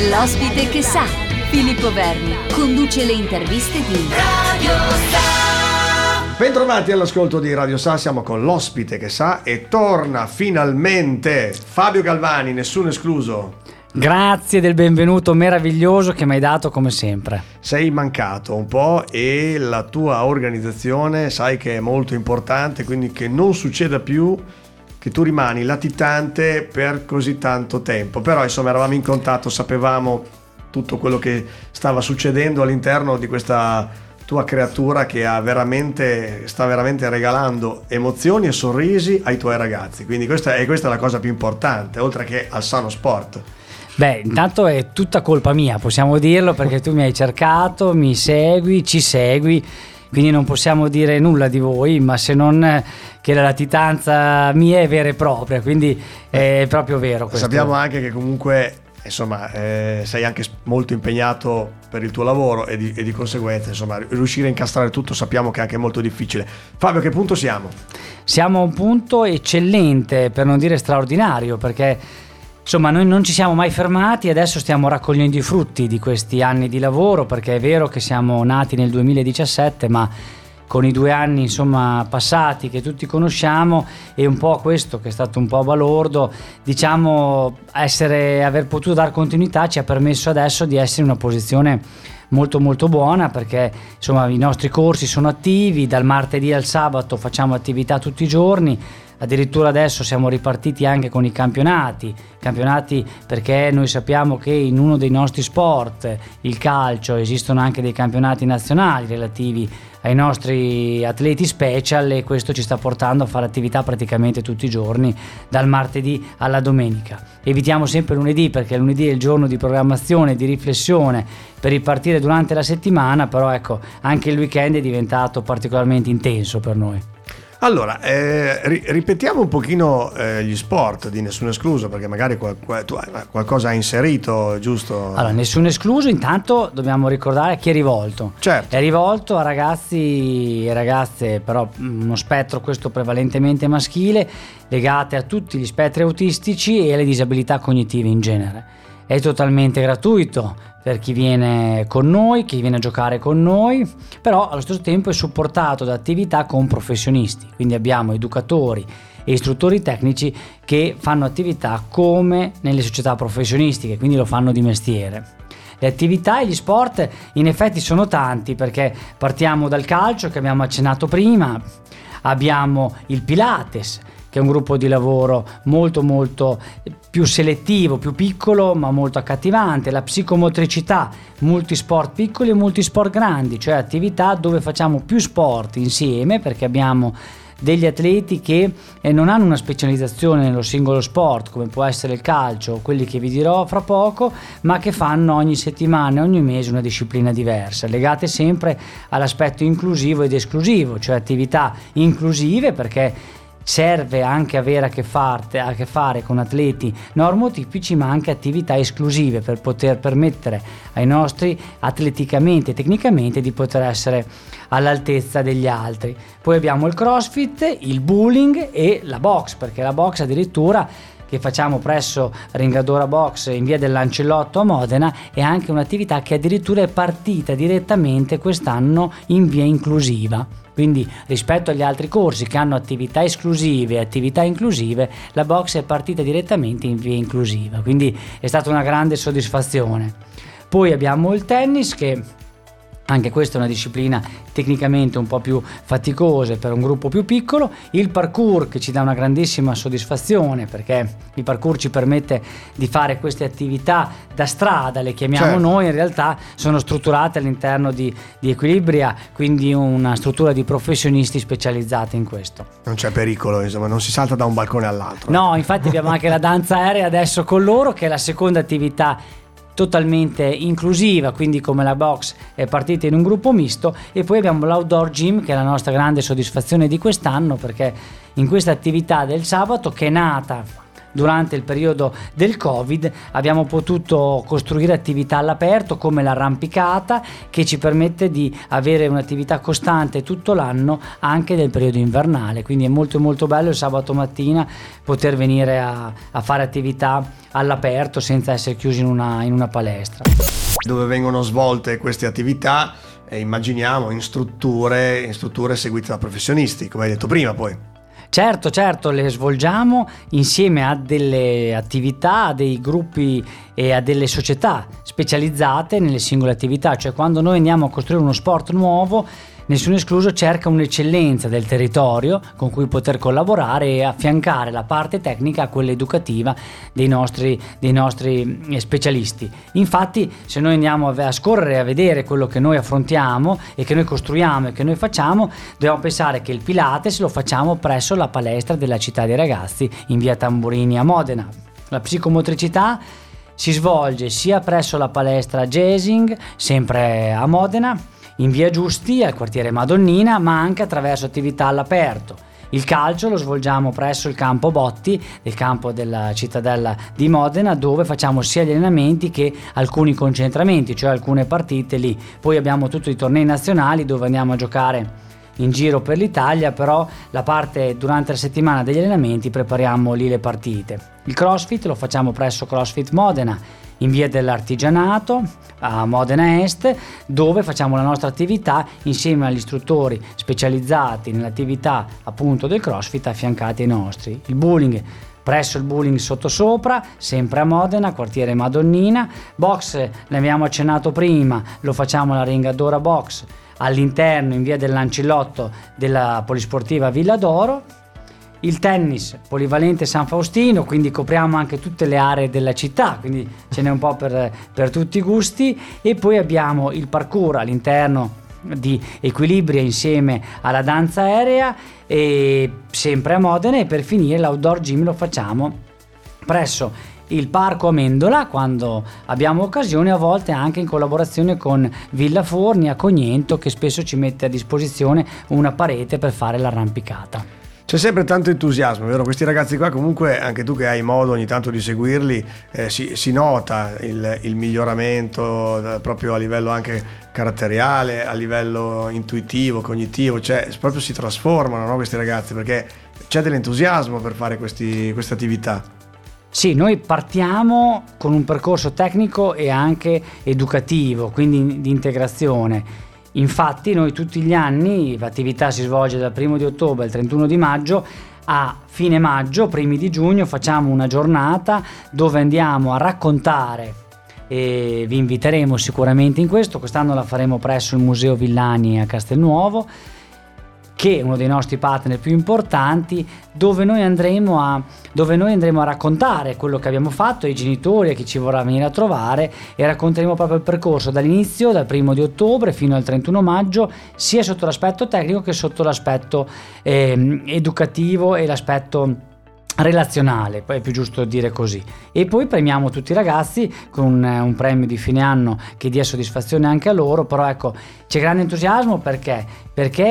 L'ospite che sa. Filippo Verni conduce le interviste di Radio Sa. Bentrovati all'ascolto di Radio Sa, siamo con l'ospite che sa e torna finalmente Fabio Galvani, nessuno escluso. Grazie del benvenuto meraviglioso che mi hai dato come sempre. Sei mancato un po' e la tua organizzazione sai che è molto importante, quindi che non succeda più che tu rimani latitante per così tanto tempo. Però insomma eravamo in contatto, sapevamo tutto quello che stava succedendo all'interno di questa tua creatura che sta veramente regalando emozioni e sorrisi ai tuoi ragazzi. Quindi questa è la cosa più importante, oltre che al sano sport. Beh, intanto è tutta colpa mia, possiamo dirlo, perché tu mi hai cercato, mi segui, ci segui, quindi non possiamo dire nulla di voi, ma se non che la latitanza mia è vera e propria, quindi è proprio vero questo. Sappiamo anche che comunque insomma sei anche molto impegnato per il tuo lavoro e di conseguenza insomma riuscire a incastrare tutto sappiamo che è anche molto difficile. Fabio, a che punto siamo? Siamo a un punto eccellente, per non dire straordinario, perché insomma noi non ci siamo mai fermati e adesso stiamo raccogliendo i frutti di questi anni di lavoro, perché è vero che siamo nati nel 2017, ma con i 2 anni insomma passati che tutti conosciamo e un po' questo che è stato un po' balordo, diciamo aver potuto dar continuità ci ha permesso adesso di essere in una posizione molto molto buona, perché insomma i nostri corsi sono attivi, dal martedì al sabato facciamo attività tutti i giorni. Addirittura adesso siamo ripartiti anche con i campionati perché noi sappiamo che in uno dei nostri sport, il calcio, esistono anche dei campionati nazionali relativi ai nostri atleti special e questo ci sta portando a fare attività praticamente tutti i giorni, dal martedì alla domenica. Evitiamo sempre lunedì perché lunedì è il giorno di programmazione, di riflessione per ripartire durante la settimana, però ecco, anche il weekend è diventato particolarmente intenso per noi. Allora, ripetiamo un pochino gli sport di Nessuno Escluso, perché magari tu qualcosa hai inserito, giusto? Allora, Nessuno Escluso, intanto dobbiamo ricordare a chi è rivolto. Certo. È rivolto a ragazzi e ragazze, però uno spettro questo prevalentemente maschile, legate a tutti gli spettri autistici e alle disabilità cognitive in genere. È totalmente gratuito per chi viene con noi, chi viene a giocare con noi, però allo stesso tempo è supportato da attività con professionisti, quindi abbiamo educatori e istruttori tecnici che fanno attività come nelle società professionistiche, quindi lo fanno di mestiere. Le attività e gli sport in effetti sono tanti, perché partiamo dal calcio che abbiamo accennato prima, abbiamo il Pilates, che è un gruppo di lavoro molto molto più selettivo, più piccolo ma molto accattivante, la psicomotricità, multisport piccoli e multisport grandi, cioè attività dove facciamo più sport insieme, perché abbiamo degli atleti che non hanno una specializzazione nello singolo sport come può essere il calcio, quelli che vi dirò fra poco, ma che fanno ogni settimana e ogni mese una disciplina diversa, legate sempre all'aspetto inclusivo ed esclusivo, cioè attività inclusive, perché serve anche avere a che fare con atleti normotipici, ma anche attività esclusive per poter permettere ai nostri atleticamente e tecnicamente di poter essere all'altezza degli altri. Poi abbiamo il CrossFit, il bowling e la box, perché la box addirittura che facciamo presso Ringadora Box in via del Lancellotto a Modena è anche un'attività che addirittura è partita direttamente quest'anno in via inclusiva. Quindi rispetto agli altri corsi che hanno attività esclusive e attività inclusive, la box è partita direttamente in via inclusiva, quindi è stata una grande soddisfazione. Poi abbiamo il tennis, che anche questa è una disciplina tecnicamente un po' più faticosa per un gruppo più piccolo, il parkour che ci dà una grandissima soddisfazione, perché il parkour ci permette di fare queste attività da strada, le chiamiamo certo. Noi in realtà sono strutturate all'interno di Equilibria, quindi una struttura di professionisti specializzati in questo. Non c'è pericolo, insomma, non si salta da un balcone all'altro. No, infatti abbiamo anche la danza aerea adesso con loro, che è la seconda attività totalmente inclusiva, quindi come la box è partita in un gruppo misto, e poi abbiamo l'outdoor gym, che è la nostra grande soddisfazione di quest'anno, perché in questa attività del sabato, che è nata durante il periodo del Covid abbiamo potuto costruire attività all'aperto come l'arrampicata, che ci permette di avere un'attività costante tutto l'anno anche nel periodo invernale, quindi è molto molto bello il sabato mattina poter venire a fare attività all'aperto senza essere chiusi in una palestra. Dove vengono svolte queste attività, immaginiamo in strutture seguite da professionisti, come hai detto prima poi. Certo, le svolgiamo insieme a delle attività, a dei gruppi e a delle società specializzate nelle singole attività, cioè quando noi andiamo a costruire uno sport nuovo, nessuno escluso cerca un'eccellenza del territorio con cui poter collaborare e affiancare la parte tecnica a quella educativa dei nostri specialisti. Infatti, se noi andiamo a scorrere e a vedere quello che noi affrontiamo e che noi costruiamo e che noi facciamo, dobbiamo pensare che il Pilates lo facciamo presso la palestra della Città dei Ragazzi in via Tamburini a Modena. La psicomotricità si svolge sia presso la palestra Jazzing, sempre a Modena, in via Giusti al quartiere Madonnina, ma anche attraverso attività all'aperto. Il calcio lo svolgiamo presso il campo Botti, del campo della Cittadella di Modena, dove facciamo sia gli allenamenti che alcuni concentramenti, cioè alcune partite lì. Poi abbiamo tutti i tornei nazionali dove andiamo a giocare in giro per l'Italia, però la parte durante la settimana degli allenamenti prepariamo lì le partite. Il CrossFit lo facciamo presso CrossFit Modena, in via dell'Artigianato a Modena Est, dove facciamo la nostra attività insieme agli istruttori specializzati nell'attività appunto del CrossFit affiancati ai nostri. Il bowling presso il bowling Sottosopra, sempre a Modena, quartiere Madonnina. Box, ne abbiamo accennato prima, lo facciamo alla Ringadora Box all'interno in via dell'Ancillotto della Polisportiva Villa d'Oro. Il tennis polivalente San Faustino, quindi copriamo anche tutte le aree della città, quindi ce n'è un po' per tutti i gusti. E poi abbiamo il parkour all'interno di Equilibria insieme alla danza aerea, e sempre a Modena. E per finire l'outdoor gym lo facciamo presso il Parco Amendola quando abbiamo occasione, a volte anche in collaborazione con Villa Forni a Cognento, che spesso ci mette a disposizione una parete per fare l'arrampicata. C'è sempre tanto entusiasmo, vero? Questi ragazzi qua, comunque, anche tu che hai modo ogni tanto di seguirli, si nota il miglioramento proprio a livello anche caratteriale, a livello intuitivo, cognitivo, cioè proprio si trasformano, no, questi ragazzi, perché c'è dell'entusiasmo per fare queste attività. Sì, noi partiamo con un percorso tecnico e anche educativo, quindi di integrazione. Infatti noi tutti gli anni, l'attività si svolge dal 1 di ottobre al 31 di maggio, a fine maggio, primi di giugno facciamo una giornata dove andiamo a raccontare, e vi inviteremo sicuramente in questo. Quest'anno la faremo presso il Museo Villani a Castelnuovo, che è uno dei nostri partner più importanti, dove noi andremo a raccontare quello che abbiamo fatto ai genitori e a chi ci vorrà venire a trovare, e racconteremo proprio il percorso dall'inizio, dal 1 di ottobre fino al 31 maggio, sia sotto l'aspetto tecnico che sotto l'aspetto educativo e l'aspetto relazionale, poi è più giusto dire così. E poi premiamo tutti i ragazzi con un premio di fine anno che dia soddisfazione anche a loro. Però ecco, c'è grande entusiasmo perché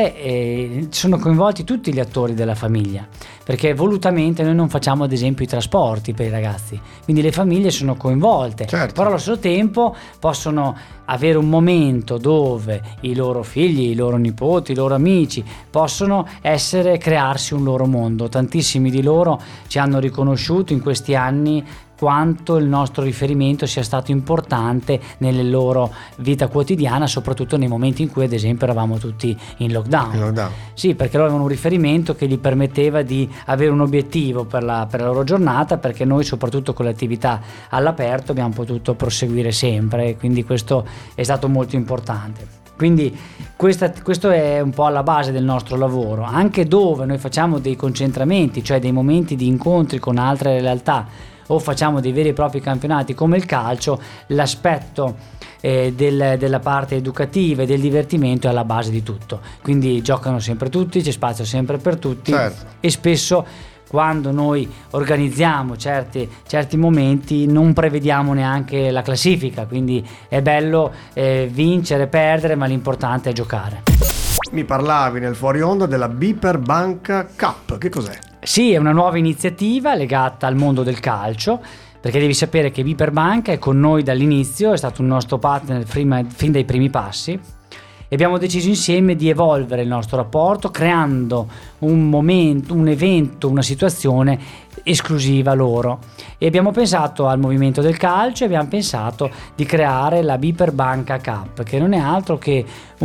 sono coinvolti tutti gli attori della famiglia, perché volutamente noi non facciamo ad esempio i trasporti per i ragazzi, quindi le famiglie sono coinvolte, certo. Però allo stesso tempo possono avere un momento dove i loro figli, i loro nipoti, i loro amici possono crearsi un loro mondo. Tantissimi di loro ci hanno riconosciuto in questi anni quanto il nostro riferimento sia stato importante nelle loro vita quotidiana, soprattutto nei momenti in cui ad esempio eravamo tutti in lockdown. Sì, perché loro avevano un riferimento che gli permetteva di avere un obiettivo per la loro giornata, perché noi soprattutto con le attività all'aperto abbiamo potuto proseguire sempre, quindi questo è stato molto importante. Quindi questo è un po' alla base del nostro lavoro, anche dove noi facciamo dei concentramenti, cioè dei momenti di incontri con altre realtà, o facciamo dei veri e propri campionati come il calcio. L'aspetto della parte educativa e del divertimento è alla base di tutto, quindi giocano sempre tutti, c'è spazio sempre per tutti, certo. E spesso quando noi organizziamo certi momenti non prevediamo neanche la classifica, quindi è bello vincere, perdere, ma l'importante è giocare. Mi parlavi nel fuori onda della Biper Banca Cup, che cos'è? Sì, è una nuova iniziativa legata al mondo del calcio, perché devi sapere che Biper Banca è con noi dall'inizio, è stato un nostro partner fin dai primi passi, e abbiamo deciso insieme di evolvere il nostro rapporto creando un momento, un evento, una situazione esclusiva loro, e abbiamo pensato al movimento del calcio e abbiamo pensato di creare la Biper Banca Cup, che non è altro che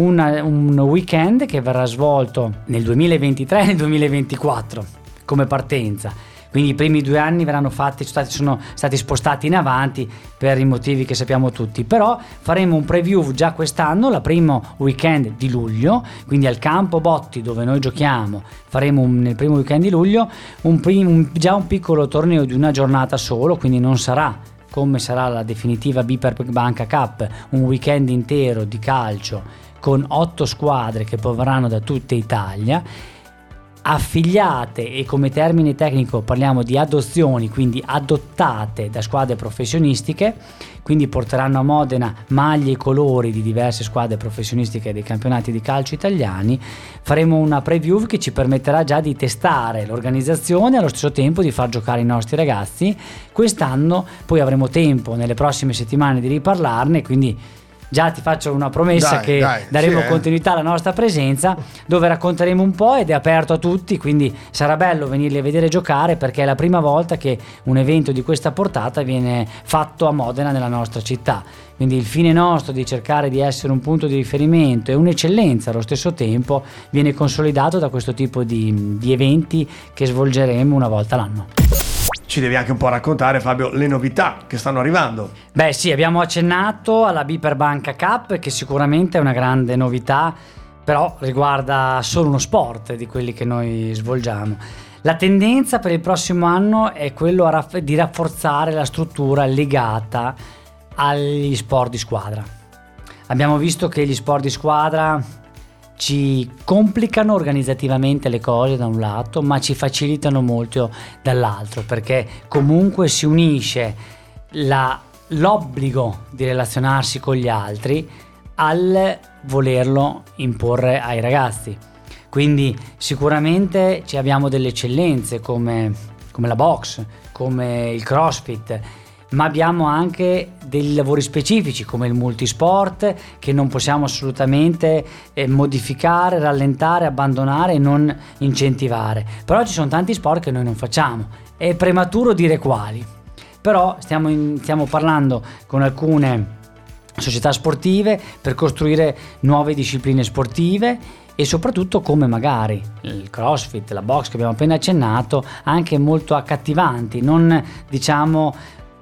un weekend che verrà svolto nel 2023 e nel 2024 come partenza. Quindi i primi 2 anni sono stati spostati in avanti per i motivi che sappiamo tutti, però faremo un preview già quest'anno, la primo weekend di luglio, quindi al campo Botti dove noi giochiamo, faremo nel primo weekend di luglio già un piccolo torneo di una giornata solo, quindi non sarà come sarà la definitiva Biper Banca Cup, un weekend intero di calcio con 8 squadre che proverranno da tutta Italia, affiliate, e come termine tecnico parliamo di adozioni, quindi adottate da squadre professionistiche, quindi porteranno a Modena maglie e colori di diverse squadre professionistiche dei campionati di calcio italiani. Faremo una preview che ci permetterà già di testare l'organizzazione e allo stesso tempo di far giocare i nostri ragazzi quest'anno. Poi avremo tempo nelle prossime settimane di riparlarne, quindi già ti faccio una promessa che daremo continuità alla nostra presenza, dove racconteremo un po', ed è aperto a tutti, quindi sarà bello venirli a vedere giocare, perché è la prima volta che un evento di questa portata viene fatto a Modena, nella nostra città. Quindi il fine nostro di cercare di essere un punto di riferimento e un'eccellenza allo stesso tempo viene consolidato da questo tipo di eventi che svolgeremo una volta l'anno. Ci devi anche un po' raccontare, Fabio, le novità che stanno arrivando. Beh sì, abbiamo accennato alla Biper Banca Cup, che sicuramente è una grande novità, però riguarda solo uno sport di quelli che noi svolgiamo. La tendenza per il prossimo anno è quello di rafforzare la struttura legata agli sport di squadra. Abbiamo visto che gli sport di squadra ci complicano organizzativamente le cose da un lato, ma ci facilitano molto dall'altro, perché comunque si unisce l'obbligo di relazionarsi con gli altri al volerlo imporre ai ragazzi. Quindi sicuramente abbiamo delle eccellenze come la box, come il CrossFit, ma abbiamo anche dei lavori specifici come il multisport, che non possiamo assolutamente modificare, rallentare, abbandonare e non incentivare. Però ci sono tanti sport che noi non facciamo, è prematuro dire quali, però stiamo parlando con alcune società sportive per costruire nuove discipline sportive, e soprattutto come magari il CrossFit, la box che abbiamo appena accennato, anche molto accattivanti, non diciamo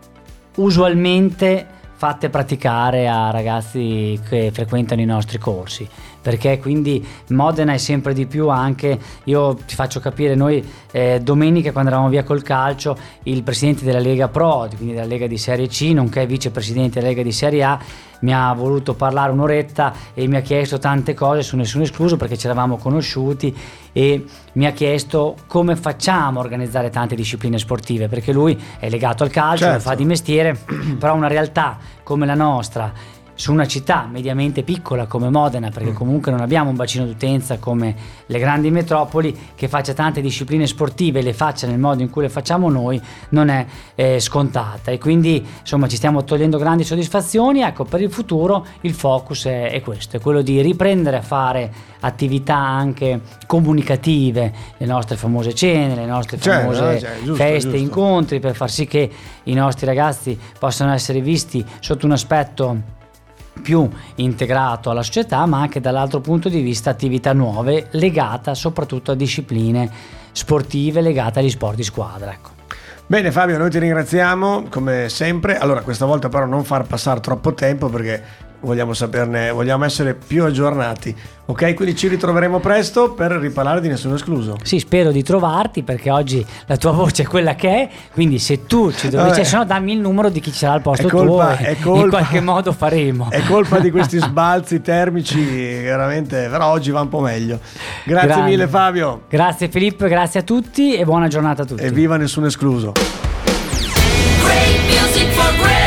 usualmente fatte praticare a ragazzi che frequentano i nostri corsi, perché quindi Modena è sempre di più anche, io ti faccio capire, noi domenica quando eravamo via col calcio, il presidente della Lega Pro, quindi della Lega di Serie C, nonché vicepresidente della Lega di Serie A, mi ha voluto parlare un'oretta e mi ha chiesto tante cose su Nessuno Escluso, perché ci eravamo conosciuti, e mi ha chiesto come facciamo a organizzare tante discipline sportive, perché lui è legato al calcio, certo, lo fa di mestiere, però una realtà come la nostra, su una città mediamente piccola come Modena, perché comunque non abbiamo un bacino d'utenza come le grandi metropoli, che faccia tante discipline sportive e le faccia nel modo in cui le facciamo noi, non è scontata, e quindi insomma ci stiamo togliendo grandi soddisfazioni. Ecco, per il futuro il focus è questo, è quello di riprendere a fare attività anche comunicative, le nostre famose cene, le nostre famose feste, incontri, per far sì che i nostri ragazzi possano essere visti sotto un aspetto più integrato alla società, ma anche dall'altro punto di vista attività nuove legate soprattutto a discipline sportive legate agli sport di squadra. Ecco. Bene Fabio, noi ti ringraziamo come sempre. Allora, questa volta però non far passare troppo tempo, perché vogliamo essere più aggiornati, ok? Quindi ci ritroveremo presto per riparlare di Nessuno Escluso. Sì, spero di trovarti, perché oggi la tua voce è quella che è, quindi se tu ci dovessi, se no dammi il numero di chi sarà al posto tuo, in qualche modo faremo. È colpa di questi sbalzi termici, veramente, però oggi va un po' meglio. Grazie mille Fabio. Grazie Filippo, grazie a tutti e buona giornata a tutti. E viva Nessuno Escluso. Great music for great